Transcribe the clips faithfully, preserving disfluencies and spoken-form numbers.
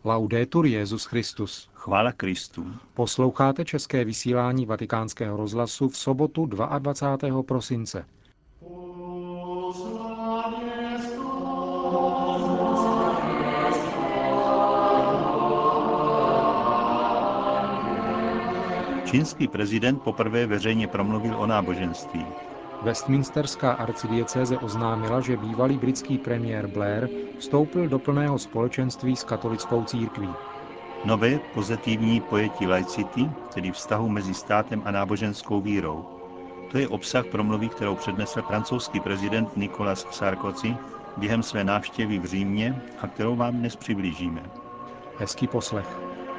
Laudetur Jesus Christus. Chvála Kristu. Posloucháte české vysílání Vatikánského rozhlasu v sobotu dvacátého druhého prosince. Čínský prezident poprvé veřejně promluvil o náboženství. Westminsterská arcidiecéze oznámila, že bývalý britský premiér Blair vstoupil do plného společenství s katolickou církví. Nové pozitivní pojetí laicity, tedy vztahu mezi státem a náboženskou vírou. To je obsah promluvy, kterou přednesl francouzský prezident Nicolas Sarkozy během své návštěvy v Římě a kterou vám dnes přiblížíme. Hezký poslech.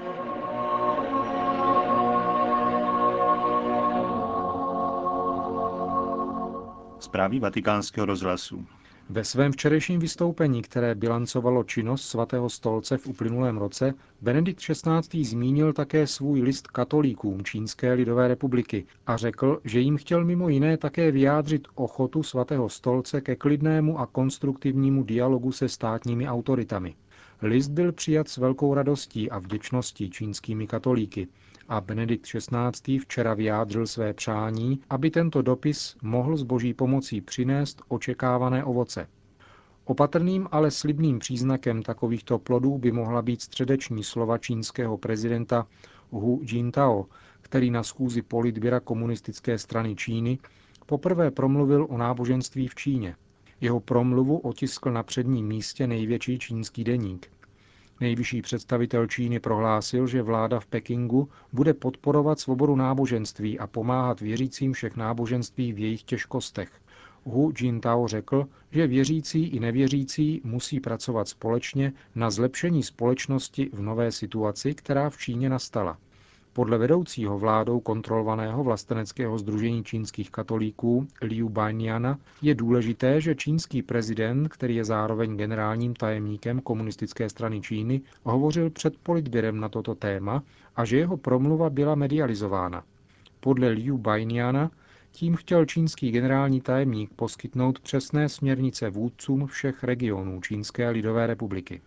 Zprávy Vatikánského rozhlasu. Ve svém včerejším vystoupení, které bilancovalo činnost svatého stolce v uplynulém roce, Benedikt šestnáctý zmínil také svůj list katolíkům Čínské lidové republiky a řekl, že jim chtěl mimo jiné také vyjádřit ochotu svatého stolce ke klidnému a konstruktivnímu dialogu se státními autoritami. List byl přijat s velkou radostí a vděčností čínskými katolíky a Benedikt šestnáctý včera vyjádřil své přání, aby tento dopis mohl s boží pomocí přinést očekávané ovoce. Opatrným, ale slibným příznakem takovýchto plodů by mohla být středeční slova čínského prezidenta Hu Jintao, který na schůzi politbyra komunistické strany Číny poprvé promluvil o náboženství v Číně. Jeho promluvu otiskl na předním místě největší čínský deník. Nejvyšší představitel Číny prohlásil, že vláda v Pekingu bude podporovat svobodu náboženství a pomáhat věřícím všech náboženství v jejich těžkostech. Hu Jintao řekl, že věřící i nevěřící musí pracovat společně na zlepšení společnosti v nové situaci, která v Číně nastala. Podle vedoucího vládou kontrolovaného vlasteneckého sdružení čínských katolíků Liu Baniana je důležité, že čínský prezident, který je zároveň generálním tajemníkem komunistické strany Číny, hovořil před politbyrem na toto téma a že jeho promluva byla medializována. Podle Liu Baniana tím chtěl čínský generální tajemník poskytnout přesné směrnice vůdcům všech regionů Čínské lidové republiky.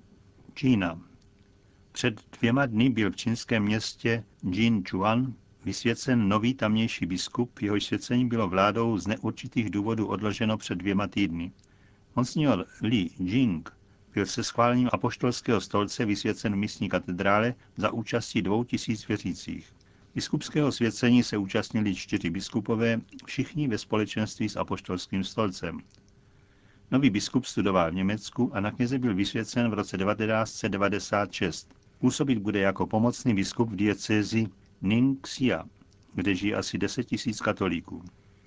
Čína. Před dvěma dny byl v čínském městě Jinchuan vysvěcen nový tamnější biskup, jehož svěcení bylo vládou z neurčitých důvodů odloženo před dvěma týdny. Monsignor Li Jing byl se schválením apoštolského stolce vysvěcen v místní katedrále za účastí dvou tisíc věřících. Biskupského svěcení se účastnili čtyři biskupové, všichni ve společenství s apoštolským stolcem. Nový biskup studoval v Německu a na kněze byl vysvěcen v roce devatenáct set devadesát šest. Působit bude jako pomocný biskup v diecézi Ningxia, kde žije asi deset tisíc katolíků.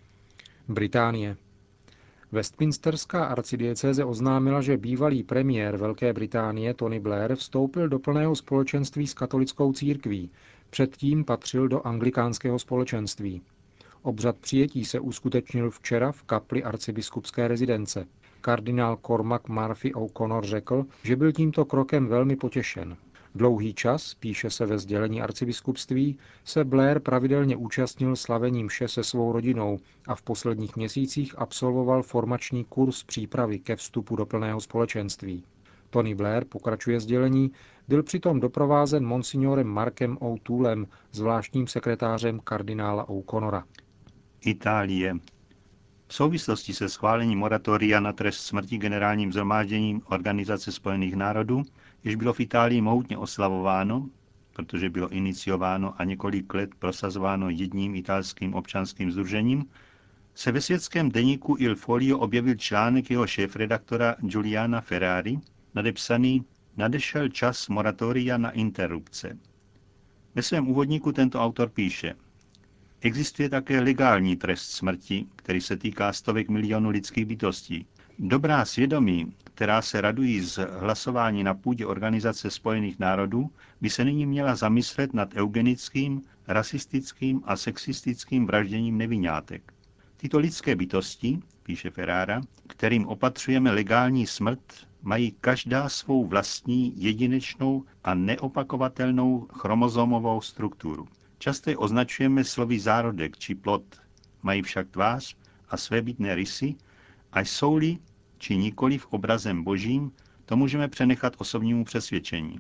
Británie. Westminsterská arcidiecéze oznámila, že bývalý premiér Velké Británie Tony Blair vstoupil do plného společenství s katolickou církví, předtím patřil do anglikánského společenství. Obřad přijetí se uskutečnil včera v kapli arcibiskupské rezidence. Kardinál Cormac Murphy O'Connor řekl, že byl tímto krokem velmi potěšen. Dlouhý čas, píše se ve sdělení arcibiskupství, se Blair pravidelně účastnil slavení mše se svou rodinou a v posledních měsících absolvoval formační kurz přípravy ke vstupu do plného společenství. Tony Blair, pokračuje sdělení, byl přitom doprovázen monsignorem Markem O'Toolem, zvláštním sekretářem kardinála O'Connora. Itálie. V souvislosti se schválením moratoria na trest smrti generálním shromážděním Organizace spojených národů, jež bylo v Itálii mohutně oslavováno, protože bylo iniciováno a několik let prosazováno jedním italským občanským sdružením, se ve světském deníku Il Foglio objevil článek jeho šéfredaktora Giuliana Ferrari, nadepsaný Nadešel čas moratoria na interrupce. Ve svém úvodníku tento autor píše: Existuje také legální trest smrti, který se týká stovek milionů lidských bytostí. Dobrá svědomí, která se radují z hlasování na půdě Organizace spojených národů, by se nyní měla zamyslet nad eugenickým, rasistickým a sexistickým vražděním nevinátek. Tyto lidské bytosti, píše Ferrara, kterým opatřujeme legální smrt, mají každá svou vlastní, jedinečnou a neopakovatelnou chromozomovou strukturu. Často je označujeme slovy zárodek či plod, mají však tvář a svébytné rysy, a jsou-li či nikoliv obrazem božím, to můžeme přenechat osobnímu přesvědčení.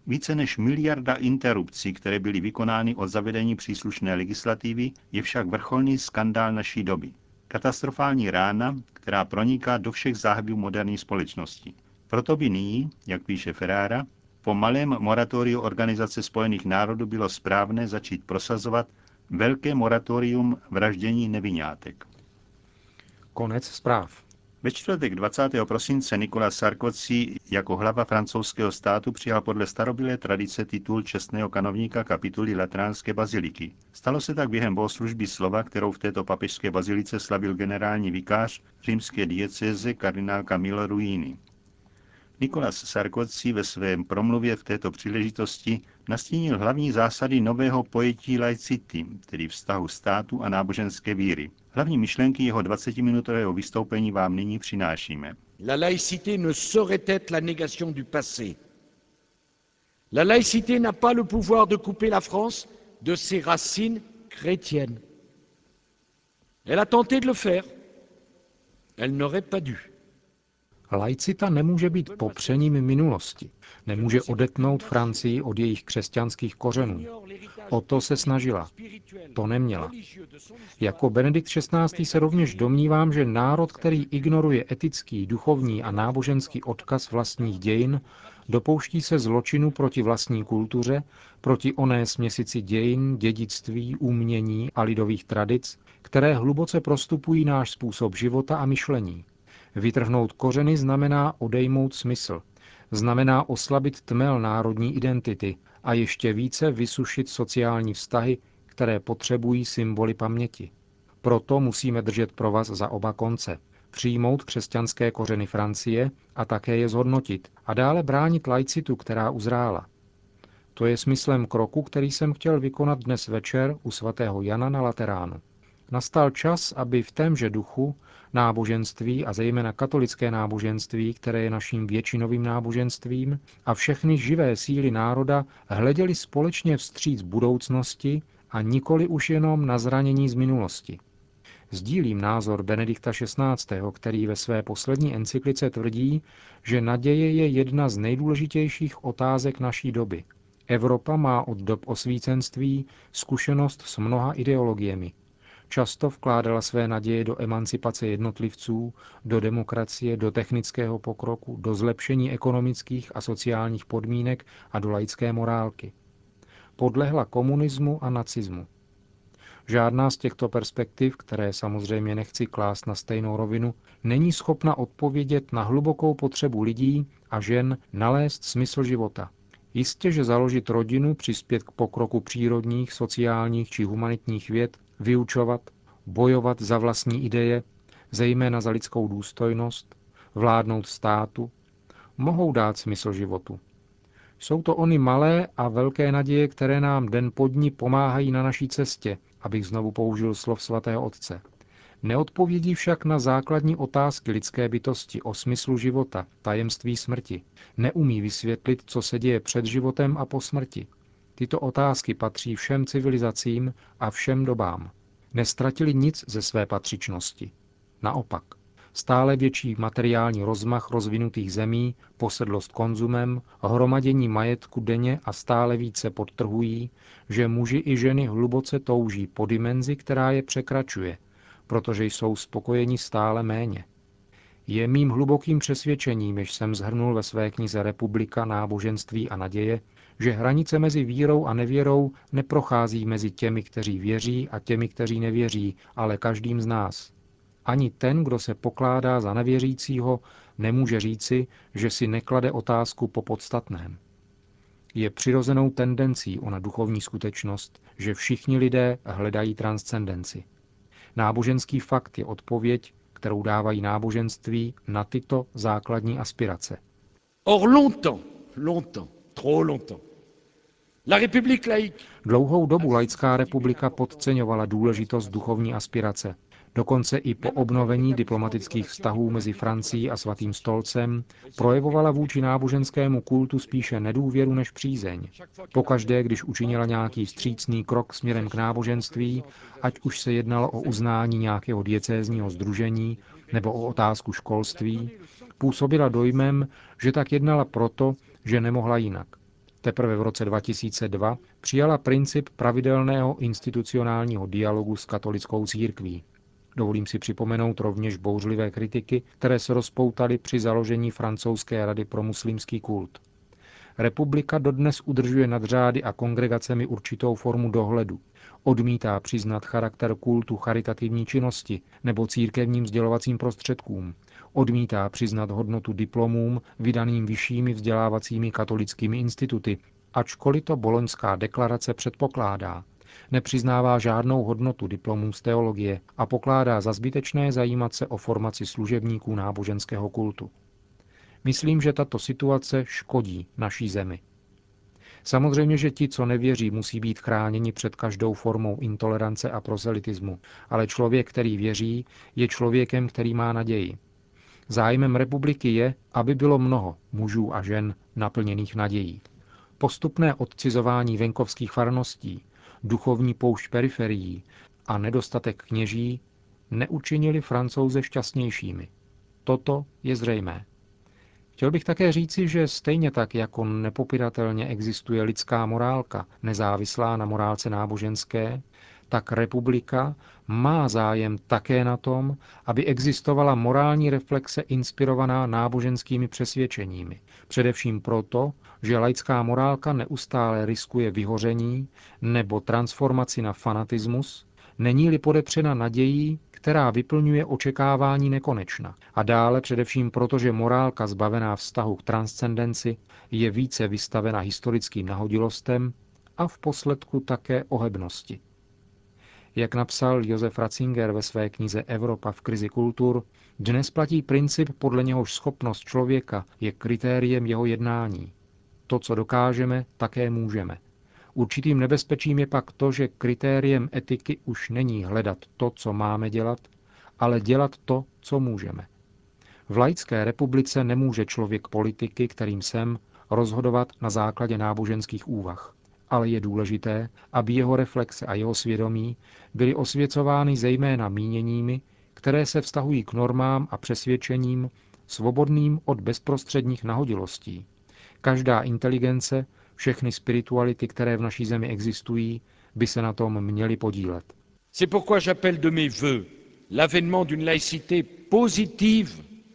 Více než miliarda interrupcí, které byly vykonány od zavedení příslušné legislativy, je však vrcholný skandál naší doby. Katastrofální rána, která proniká do všech záhybů moderní společnosti. Proto by nyní, jak píše Ferrara, po malém moratoriu Organizace spojených národů bylo správné začít prosazovat velké moratorium vraždění neviňátek. Konec zpráv. Ve čtvrtek dvacátého prosince Nicolas Sarkozy jako hlava francouzského státu přijal podle starobylé tradice titul čestného kanovníka kapituly Lateránské baziliky. Stalo se tak během bohoslužby slova, kterou v této papežské bazilice slavil generální vikář římské diecéze kardinál Camillo Ruini. Nicolas Sarkozy ve svém promluvě v této příležitosti nastínil hlavní zásady nového pojetí laicity, tedy vztahu státu a náboženské víry. Hlavní myšlenky jeho dvacetiminutového vystoupení vám nyní přinášíme. La laïcité ne saurait être la négation du passé. La laïcité n'a pas le pouvoir de couper la France de ses racines chrétiennes. Elle a tenté de le faire. Elle n'aurait pas dû. Laicita nemůže být popřením minulosti. Nemůže odetnout Francii od jejich křesťanských kořenů. O to se snažila. To neměla. Jako Benedikt šestnáctý se rovněž domnívám, že národ, který ignoruje etický, duchovní a náboženský odkaz vlastních dějin, dopouští se zločinu proti vlastní kultuře, proti oné směsici dějin, dědictví, umění a lidových tradic, které hluboce prostupují náš způsob života a myšlení. Vytrhnout kořeny znamená odejmout smysl. Znamená oslabit tmel národní identity a ještě více vysušit sociální vztahy, které potřebují symboly paměti. Proto musíme držet provaz za oba konce. Přijmout křesťanské kořeny Francie a také je zhodnotit a dále bránit laicitu, která uzrála. To je smyslem kroku, který jsem chtěl vykonat dnes večer u svatého Jana na Lateránu. Nastal čas, aby v témže duchu náboženství a zejména katolické náboženství, které je naším většinovým náboženstvím, a všechny živé síly národa hleděli společně vstříc budoucnosti a nikoli už jenom na zranění z minulosti. Sdílím názor Benedikta šestnáctého, který ve své poslední encyklice tvrdí, že naděje je jedna z nejdůležitějších otázek naší doby. Evropa má od dob osvícenství zkušenost s mnoha ideologiemi. Často vkládala své naděje do emancipace jednotlivců, do demokracie, do technického pokroku, do zlepšení ekonomických a sociálních podmínek a do laické morálky. Podlehla komunismu a nacismu. Žádná z těchto perspektiv, které samozřejmě nechci klást na stejnou rovinu, není schopna odpovědět na hlubokou potřebu lidí a žen nalézt smysl života. Jistě, že založit rodinu, přispět k pokroku přírodních, sociálních či humanitních věd, vyučovat, bojovat za vlastní ideje, zejména za lidskou důstojnost, vládnout státu, mohou dát smysl životu. Jsou to ony malé a velké naděje, které nám den po dni pomáhají na naší cestě, abych znovu použil slov svatého otce. Neodpovědí však na základní otázky lidské bytosti o smyslu života, tajemství smrti. Neumí vysvětlit, co se děje před životem a po smrti. Tyto otázky patří všem civilizacím a všem dobám. Nestratili nic ze své patřičnosti. Naopak, stále větší materiální rozmach rozvinutých zemí, posedlost konzumem, hromadění majetku denně a stále více podtrhují, že muži i ženy hluboce touží po dimenzi, která je překračuje, protože jsou spokojeni stále méně. Je mým hlubokým přesvědčením, jež jsem shrnul ve své knize Republika, náboženství a naděje, že hranice mezi vírou a nevěrou neprochází mezi těmi, kteří věří a těmi, kteří nevěří, ale každým z nás. Ani ten, kdo se pokládá za nevěřícího, nemůže říci, že si neklade otázku po podstatném. Je přirozenou tendencí ona duchovní skutečnost, že všichni lidé hledají transcendenci. Náboženský fakt je odpověď, kterou dávají náboženství na tyto základní aspirace. Or longtemps, longtemps, trop longtemps, la République laïque. Dlouhou dobu laická republika podceňovala důležitost duchovní aspirace. Dokonce i po obnovení diplomatických vztahů mezi Francií a Svatým stolcem projevovala vůči náboženskému kultu spíše nedůvěru než přízeň. Pokaždé, když učinila nějaký vstřícný krok směrem k náboženství, ať už se jednalo o uznání nějakého diecézního sdružení nebo o otázku školství, působila dojmem, že tak jednala proto, že nemohla jinak. Teprve v roce dva tisíce dva přijala princip pravidelného institucionálního dialogu s katolickou církví. Dovolím si připomenout rovněž bouřlivé kritiky, které se rozpoutaly při založení Francouzské rady pro muslimský kult. Republika dodnes udržuje nad řády a kongregacemi určitou formu dohledu. Odmítá přiznat charakter kultu charitativní činnosti nebo církevním sdělovacím prostředkům. Odmítá přiznat hodnotu diplomům vydaným vyššími vzdělávacími katolickými instituty, ačkoliv to Boloňská deklarace předpokládá. Nepřiznává žádnou hodnotu diplomům z teologie a pokládá za zbytečné zajímat se o formaci služebníků náboženského kultu. Myslím, že tato situace škodí naší zemi. Samozřejmě, že ti, co nevěří, musí být chráněni před každou formou intolerance a proselitismu, ale člověk, který věří, je člověkem, který má naději. Zájmem republiky je, aby bylo mnoho mužů a žen naplněných nadějí. Postupné odcizování venkovských farností, duchovní poušť periferií a nedostatek kněží neučinili Francouze šťastnějšími. Toto je zřejmé. Chtěl bych také říci, že stejně tak, jako nepopiratelně existuje lidská morálka, nezávislá na morálce náboženské, tak republika má zájem také na tom, aby existovala morální reflexe inspirovaná náboženskými přesvědčeními. Především proto, že laická morálka neustále riskuje vyhoření nebo transformaci na fanatismus, není-li podepřena nadějí, která vyplňuje očekávání nekonečna. A dále především proto, že morálka zbavená vztahu k transcendenci je více vystavena historickým nahodilostem a v posledku také ohebnosti. Jak napsal Josef Ratzinger ve své knize Evropa v krizi kultur, dnes platí princip, podle něhož schopnost člověka je kritériem jeho jednání. To, co dokážeme, také můžeme. Určitým nebezpečím je pak to, že kritériem etiky už není hledat to, co máme dělat, ale dělat to, co můžeme. V laické republice nemůže člověk politiky, kterým jsem, rozhodovat na základě náboženských úvah. Ale je důležité, aby jeho reflexe a jeho svědomí byly osvěcovány zejména míněními, které se vztahují k normám a přesvědčením svobodným od bezprostředních nahodilostí. Každá inteligence, všechny spirituality, které v naší zemi existují, by se na tom měly podílet. C'est pourquoi j'appelle de mes vœux l'avènement d'une laïcité positive.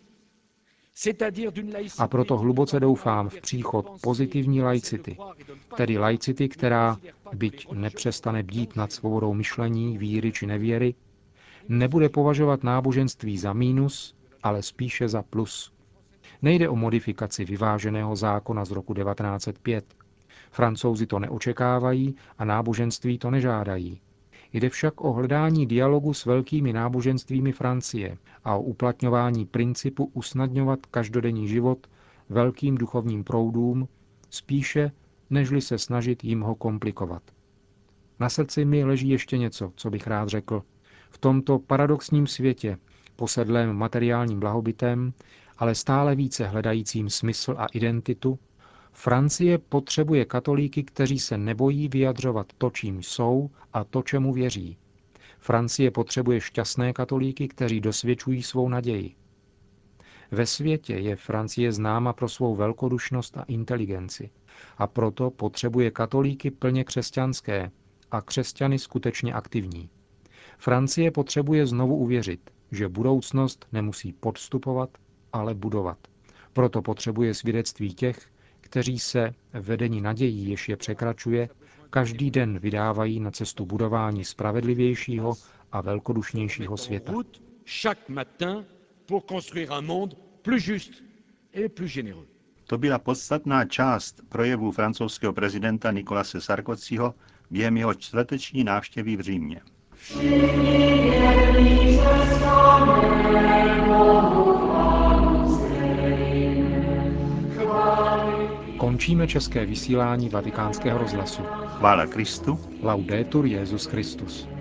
A proto hluboce doufám v příchod pozitivní laicity, tedy laicity, která, byť nepřestane bdít nad svobodou myšlení, víry či nevěry, nebude považovat náboženství za mínus, ale spíše za plus. Nejde o modifikaci vyváženého zákona z roku devatenáct set pět. Francouzi to neočekávají a náboženství to nežádají. Jde však o hledání dialogu s velkými náboženstvími Francie a o uplatňování principu usnadňovat každodenní život velkým duchovním proudům, spíše nežli se snažit jim ho komplikovat. Na srdci mi leží ještě něco, co bych rád řekl. V tomto paradoxním světě, posedlém materiálním blahobytem, ale stále více hledajícím smysl a identitu, Francie potřebuje katolíky, kteří se nebojí vyjadřovat to, čím jsou a to, čemu věří. Francie potřebuje šťastné katolíky, kteří dosvědčují svou naději. Ve světě je Francie známa pro svou velkodušnost a inteligenci a proto potřebuje katolíky plně křesťanské a křesťany skutečně aktivní. Francie potřebuje znovu uvěřit, že budoucnost nemusí podstupovat, ale budovat. Proto potřebuje svědectví těch, kteří se, vedení nadějí, jež je překračuje, každý den vydávají na cestu budování spravedlivějšího a velkodušnějšího světa. To byla podstatná část projevu francouzského prezidenta Nicolase Sarkozyho během jeho čtvrteční návštěvy v Římě. Končíme české vysílání Vatikánského rozhlasu. Chvála Kristu. Laudetur Jesus Christus.